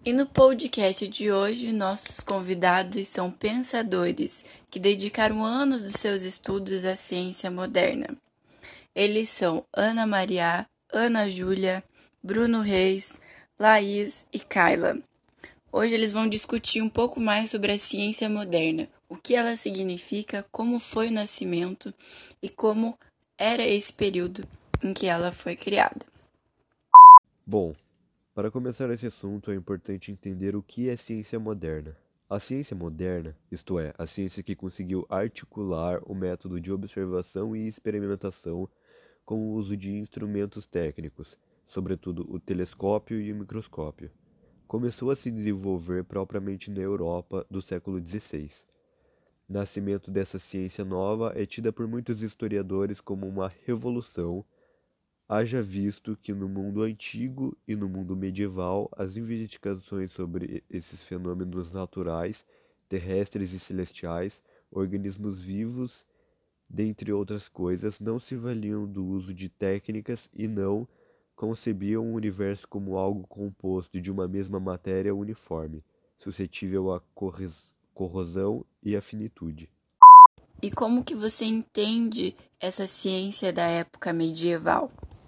E no podcast de hoje, nossos convidados são pensadores que dedicaram anos dos seus estudos à ciência moderna. Eles são Ana Maria, Ana Júlia, Bruno Reis, Laís e Kayla. Hoje eles vão discutir um pouco mais sobre a ciência moderna, o que ela significa, como foi o nascimento e como era esse período em que ela foi criada. Bom, para começar esse assunto é importante entender o que é ciência moderna. A ciência moderna, isto é, a ciência que conseguiu articular o método de observação e experimentação com o uso de instrumentos técnicos, sobretudo o telescópio e o microscópio, começou a se desenvolver propriamente na Europa do século XVI. O nascimento dessa ciência nova é tida por muitos historiadores como uma revolução, haja visto que no mundo antigo e no mundo medieval as investigações sobre esses fenômenos naturais, terrestres e celestiais, organismos vivos, dentre outras coisas, não se valiam do uso de técnicas e não concebiam o universo como algo composto de uma mesma matéria uniforme, suscetível à corrosão e à finitude. E como que você entende essa ciência da época medieval?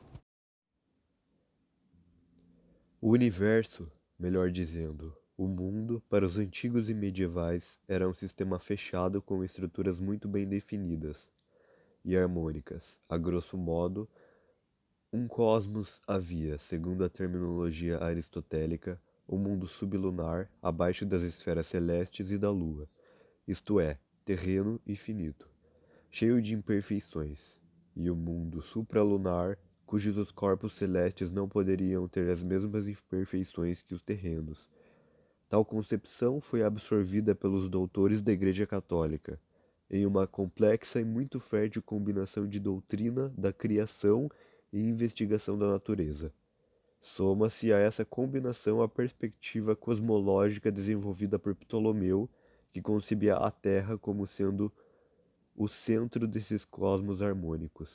O universo, melhor dizendo, o mundo, para os antigos e medievais, era um sistema fechado com estruturas muito bem definidas e harmônicas. A grosso modo, um cosmos havia, segundo a terminologia aristotélica, o mundo sublunar abaixo das esferas celestes e da Lua, isto é, terreno e finito, cheio de imperfeições, e o mundo supralunar, cujos corpos celestes não poderiam ter as mesmas imperfeições que os terrenos. Tal concepção foi absorvida pelos doutores da Igreja Católica, em uma complexa e muito fértil combinação de doutrina da criação e investigação da natureza. Soma-se a essa combinação a perspectiva cosmológica desenvolvida por Ptolomeu, que concebia a Terra como sendo o centro desses cosmos harmônicos.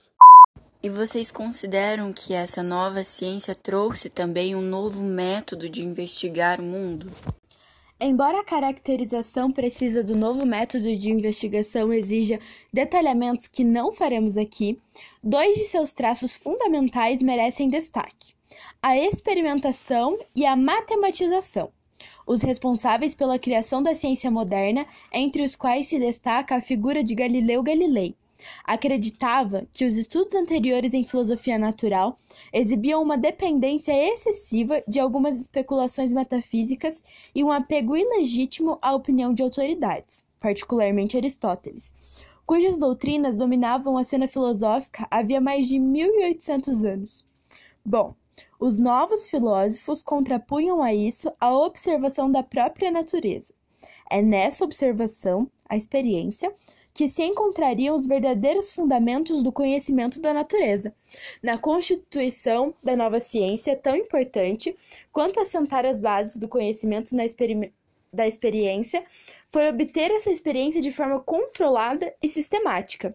E vocês consideram que essa nova ciência trouxe também um novo método de investigar o mundo? Embora a caracterização precisa do novo método de investigação exija detalhamentos que não faremos aqui, dois de seus traços fundamentais merecem destaque: a experimentação e a matematização, os responsáveis pela criação da ciência moderna, entre os quais se destaca a figura de Galileu Galilei. Acreditava que os estudos anteriores em filosofia natural exibiam uma dependência excessiva de algumas especulações metafísicas e um apego ilegítimo à opinião de autoridades, particularmente Aristóteles, cujas doutrinas dominavam a cena filosófica havia mais de 1800 anos. Bom, os novos filósofos contrapunham a isso a observação da própria natureza. É nessa observação, a experiência, que se encontrariam os verdadeiros fundamentos do conhecimento da natureza, na constituição da nova ciência tão importante quanto assentar as bases do conhecimento da experiência, foi obter essa experiência de forma controlada e sistemática,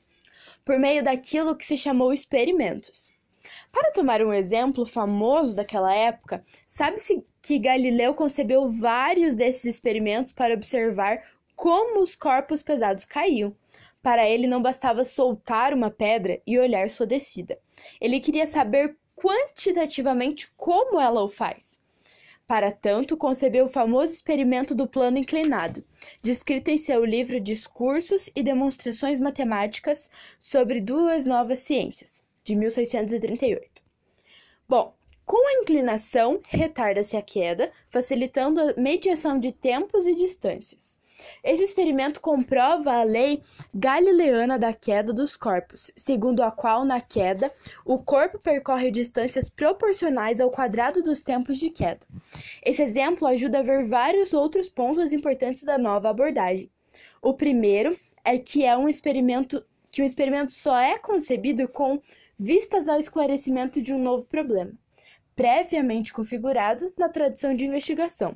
por meio daquilo que se chamou experimentos. Para tomar um exemplo famoso daquela época, sabe-se que Galileu concebeu vários desses experimentos para observar como os corpos pesados caíam. Para ele não bastava soltar uma pedra e olhar sua descida. Ele queria saber quantitativamente como ela o faz. Para tanto, concebeu o famoso experimento do plano inclinado, descrito em seu livro Discursos e Demonstrações Matemáticas sobre Duas Novas Ciências, de 1638. Bom, com a inclinação, retarda-se a queda, facilitando a mediação de tempos e distâncias. Esse experimento comprova a lei galileana da queda dos corpos, segundo a qual, na queda, o corpo percorre distâncias proporcionais ao quadrado dos tempos de queda. Esse exemplo ajuda a ver vários outros pontos importantes da nova abordagem. O primeiro é que um experimento só é concebido com vistas ao esclarecimento de um novo problema, previamente configurado na tradição de investigação.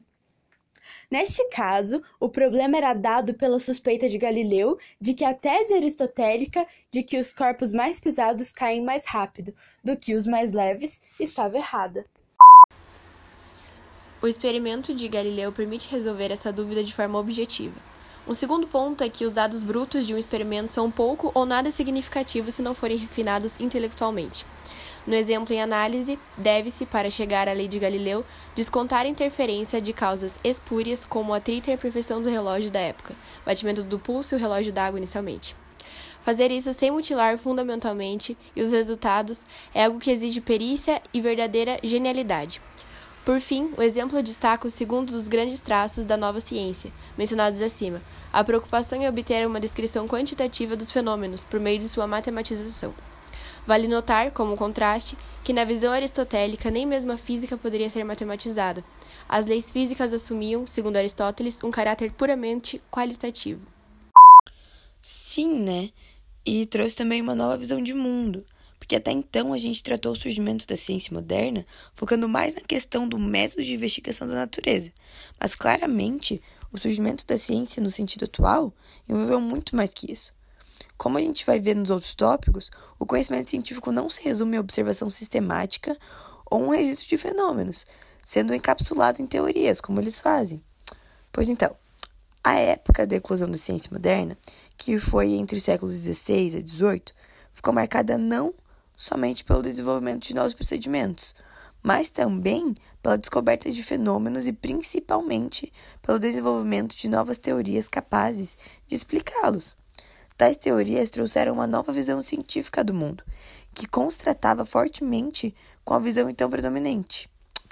Neste caso, o problema era dado pela suspeita de Galileu de que a tese aristotélica de que os corpos mais pesados caem mais rápido do que os mais leves estava errada. O experimento de Galileu permite resolver essa dúvida de forma objetiva. Um segundo ponto é que os dados brutos de um experimento são pouco ou nada significativos se não forem refinados intelectualmente. No exemplo em análise, deve-se, para chegar à lei de Galileu, descontar a interferência de causas espúrias como o atrito e a perfeição do relógio da época, batimento do pulso e o relógio d'água inicialmente. Fazer isso sem mutilar fundamentalmente e os resultados é algo que exige perícia e verdadeira genialidade. Por fim, o exemplo destaca o segundo dos grandes traços da nova ciência, mencionados acima, a preocupação em obter uma descrição quantitativa dos fenômenos por meio de sua matematização. Vale notar, como contraste, que na visão aristotélica nem mesmo a física poderia ser matematizada. As leis físicas assumiam, segundo Aristóteles, um caráter puramente qualitativo. Sim, né? E trouxe também uma nova visão de mundo, porque até então a gente tratou o surgimento da ciência moderna focando mais na questão do método de investigação da natureza. Mas claramente, o surgimento da ciência no sentido atual envolveu muito mais que isso. Como a gente vai ver nos outros tópicos, o conhecimento científico não se resume a observação sistemática ou um registro de fenômenos, sendo encapsulado em teorias, como eles fazem. Pois então, a época da eclosão da ciência moderna, que foi entre os séculos XVI a XVIII, ficou marcada não somente pelo desenvolvimento de novos procedimentos, mas também pela descoberta de fenômenos e principalmente pelo desenvolvimento de novas teorias capazes de explicá-los. Tais teorias trouxeram uma nova visão científica do mundo, que contrastava fortemente com a visão então predominante.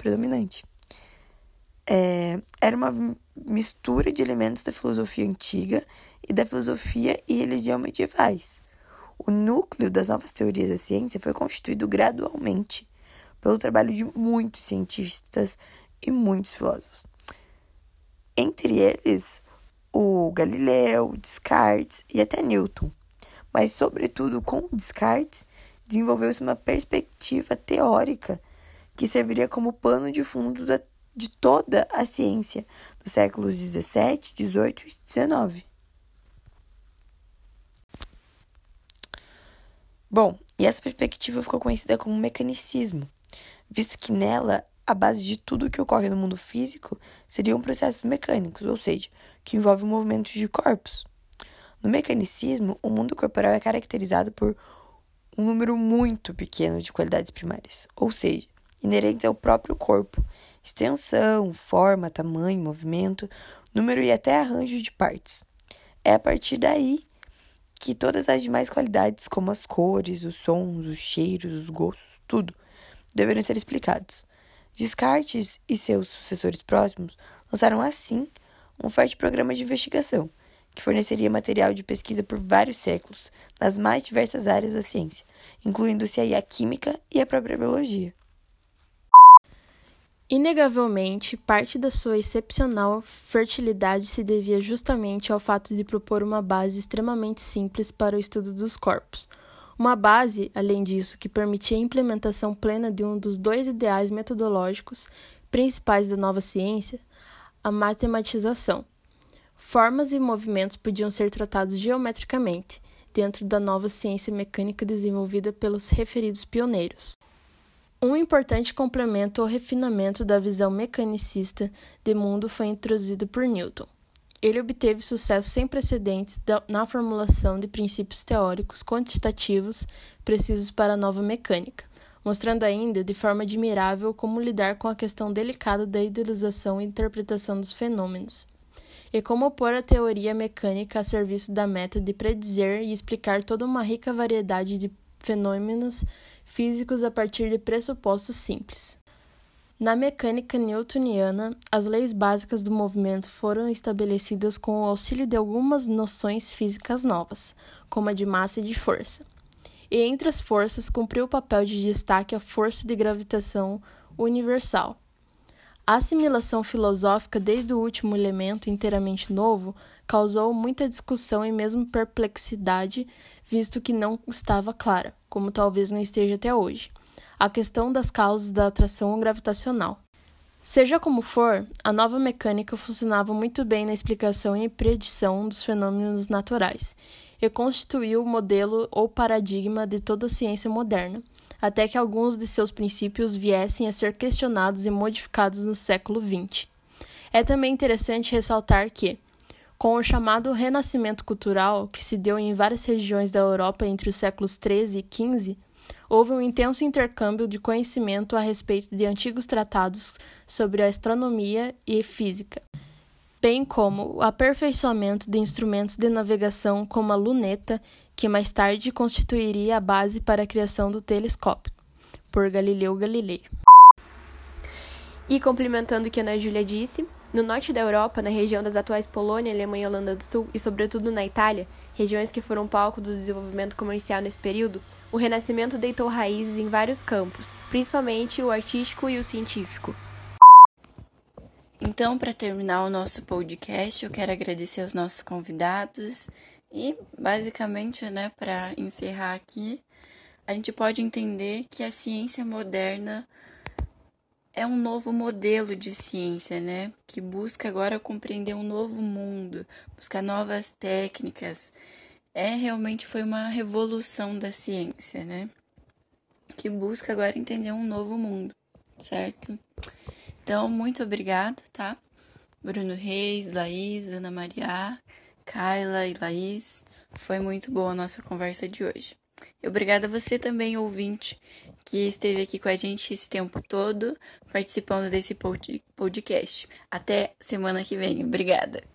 Era uma mistura de elementos da filosofia antiga e da filosofia e religião medievais. O núcleo das novas teorias da ciência foi constituído gradualmente pelo trabalho de muitos cientistas e muitos filósofos. Entre eles, o Galileu, Descartes e até Newton. Mas, sobretudo, com Descartes, desenvolveu-se uma perspectiva teórica que serviria como pano de fundo de toda a ciência dos séculos XVII, XVIII e XIX. Bom, e essa perspectiva ficou conhecida como mecanicismo, visto que nela a base de tudo o que ocorre no mundo físico seriam processos mecânicos, ou seja, que envolvem movimentos de corpos. No mecanicismo, o mundo corporal é caracterizado por um número muito pequeno de qualidades primárias, ou seja, inerentes ao próprio corpo, extensão, forma, tamanho, movimento, número e até arranjo de partes. É a partir daí que todas as demais qualidades, como as cores, os sons, os cheiros, os gostos, tudo, deveriam ser explicados. Descartes e seus sucessores próximos lançaram, assim, um forte programa de investigação, que forneceria material de pesquisa por vários séculos, nas mais diversas áreas da ciência, incluindo-se aí a química e a própria biologia. Inegavelmente, parte da sua excepcional fertilidade se devia justamente ao fato de propor uma base extremamente simples para o estudo dos corpos. Uma base, além disso, que permitia a implementação plena de um dos dois ideais metodológicos principais da nova ciência, a matematização. Formas e movimentos podiam ser tratados geometricamente, dentro da nova ciência mecânica desenvolvida pelos referidos pioneiros. Um importante complemento ou refinamento da visão mecanicista de mundo foi introduzido por Newton. Ele obteve sucesso sem precedentes na formulação de princípios teóricos quantitativos precisos para a nova mecânica, mostrando ainda de forma admirável como lidar com a questão delicada da idealização e interpretação dos fenômenos, e como pôr a teoria mecânica a serviço da meta de predizer e explicar toda uma rica variedade de fenômenos físicos a partir de pressupostos simples. Na mecânica newtoniana, as leis básicas do movimento foram estabelecidas com o auxílio de algumas noções físicas novas, como a de massa e de força. E entre as forças cumpriu o papel de destaque a força de gravitação universal. A assimilação filosófica desde o último elemento inteiramente novo causou muita discussão e mesmo perplexidade, visto que não estava clara, como talvez não esteja até hoje, a questão das causas da atração gravitacional. Seja como for, a nova mecânica funcionava muito bem na explicação e predição dos fenômenos naturais, e constituiu o modelo ou paradigma de toda a ciência moderna, até que alguns de seus princípios viessem a ser questionados e modificados no século XX. É também interessante ressaltar que, com o chamado Renascimento Cultural, que se deu em várias regiões da Europa entre os séculos XIII e XV, houve um intenso intercâmbio de conhecimento a respeito de antigos tratados sobre a astronomia e física, bem como o aperfeiçoamento de instrumentos de navegação como a luneta, que mais tarde constituiria a base para a criação do telescópio, por Galileu Galilei. E complementando o que a Ana Júlia disse, no norte da Europa, na região das atuais Polônia, Alemanha e Holanda do Sul, e sobretudo na Itália, regiões que foram palco do desenvolvimento comercial nesse período, o Renascimento deitou raízes em vários campos, principalmente o artístico e o científico. Então, para terminar o nosso podcast, eu quero agradecer aos nossos convidados e, basicamente, para encerrar aqui, a gente pode entender que a ciência moderna é um novo modelo de ciência, que busca agora compreender um novo mundo, buscar novas técnicas. Realmente foi uma revolução da ciência, que busca agora entender um novo mundo, certo? Então, muito obrigada, tá? Bruno Reis, Laís, Ana Maria, Kayla e Laís. Foi muito boa a nossa conversa de hoje. E obrigada a você também, ouvinte, que esteve aqui com a gente esse tempo todo, participando desse podcast. Até semana que vem. Obrigada!